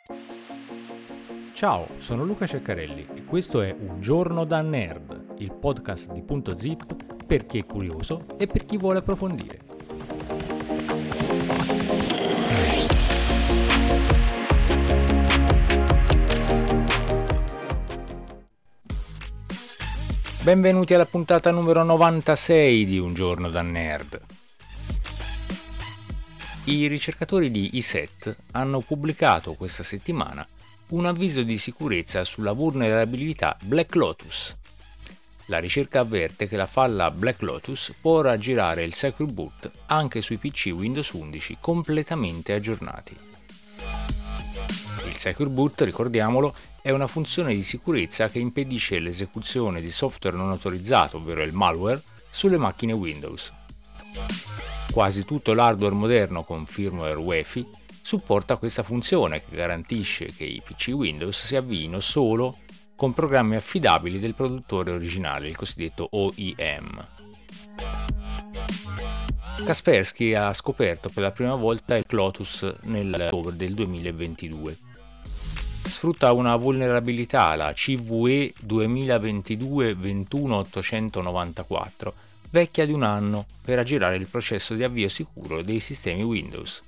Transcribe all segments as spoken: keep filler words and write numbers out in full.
Ciao, sono Luca Ceccarelli e questo è Un giorno da nerd, il podcast di Punto Zip per chi è curioso e per chi vuole approfondire. Benvenuti alla puntata numero novantasei di Un giorno da nerd. I ricercatori di I S E T hanno pubblicato questa settimana un avviso di sicurezza sulla vulnerabilità Black Lotus. La ricerca avverte che la falla Black Lotus può ora girare il Secure Boot anche sui P C Windows undici completamente aggiornati. Il Secure Boot, ricordiamolo, è una funzione di sicurezza che impedisce l'esecuzione di software non autorizzato, ovvero il malware, sulle macchine Windows. Quasi tutto l'hardware moderno con firmware UEFI supporta questa funzione che garantisce che i P C Windows si avviino solo con programmi affidabili del produttore originale, il cosiddetto O E M. Kaspersky ha scoperto per la prima volta il Lotus nell'ottobre del duemilaventidue. Sfrutta una vulnerabilità, la C V E duemilaventidue ventuno ottocentonovantaquattro, vecchia di un anno, per aggirare il processo di avvio sicuro dei sistemi Windows.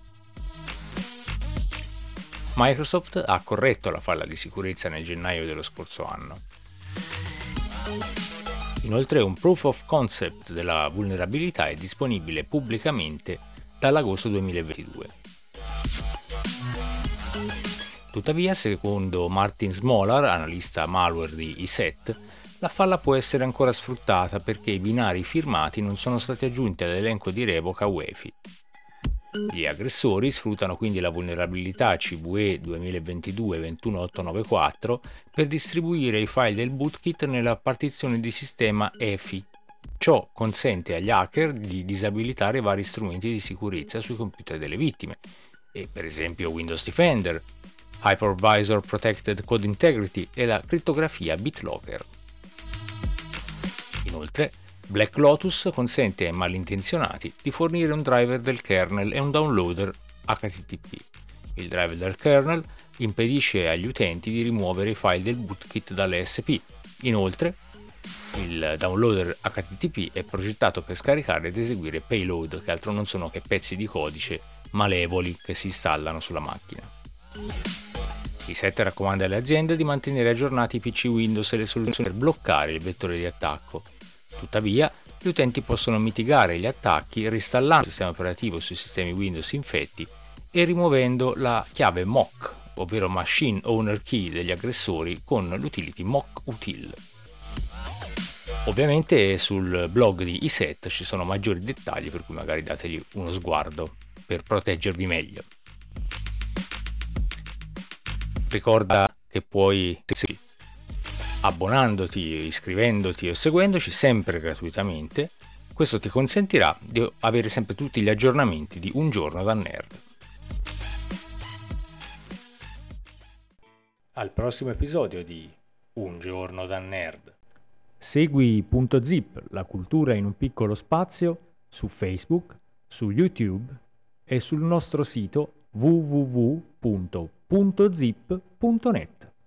Microsoft ha corretto la falla di sicurezza nel gennaio dello scorso anno. Inoltre un proof of concept della vulnerabilità è disponibile pubblicamente dall'agosto duemilaventidue. Tuttavia, secondo Martin Smolar, analista malware di I S E T, la falla può essere ancora sfruttata perché i binari firmati non sono stati aggiunti all'elenco di revoca UEFI. Gli aggressori sfruttano quindi la vulnerabilità C V E duemilaventidue ventuno ottocentonovantaquattro per distribuire i file del bootkit nella partizione di sistema E F I. Ciò consente agli hacker di disabilitare vari strumenti di sicurezza sui computer delle vittime, e per esempio Windows Defender, Hypervisor Protected Code Integrity e la crittografia BitLocker. Inoltre, Black Lotus consente ai malintenzionati di fornire un driver del kernel e un downloader H T T P. Il driver del kernel impedisce agli utenti di rimuovere i file del bootkit dalle S P. Inoltre, il downloader H T T P è progettato per scaricare ed eseguire payload, che altro non sono che pezzi di codice malevoli che si installano sulla macchina. I S E T raccomanda alle aziende di mantenere aggiornati i P C Windows e le soluzioni per bloccare il vettore di attacco. Tuttavia, gli utenti possono mitigare gli attacchi reinstallando il sistema operativo sui sistemi Windows infetti e rimuovendo la chiave M O C, ovvero Machine Owner Key, degli aggressori con l'utility mock-util. Ovviamente sul blog di I S E T ci sono maggiori dettagli, per cui magari dategli uno sguardo per proteggervi meglio. Ricorda che puoi, sì, abbonandoti, iscrivendoti o seguendoci sempre gratuitamente, questo ti consentirà di avere sempre tutti gli aggiornamenti di Un giorno da nerd. Al prossimo episodio di Un giorno da nerd. Segui Punto Zip, la cultura in un piccolo spazio, su Facebook, su YouTube e sul nostro sito w w w punto punto zip punto net.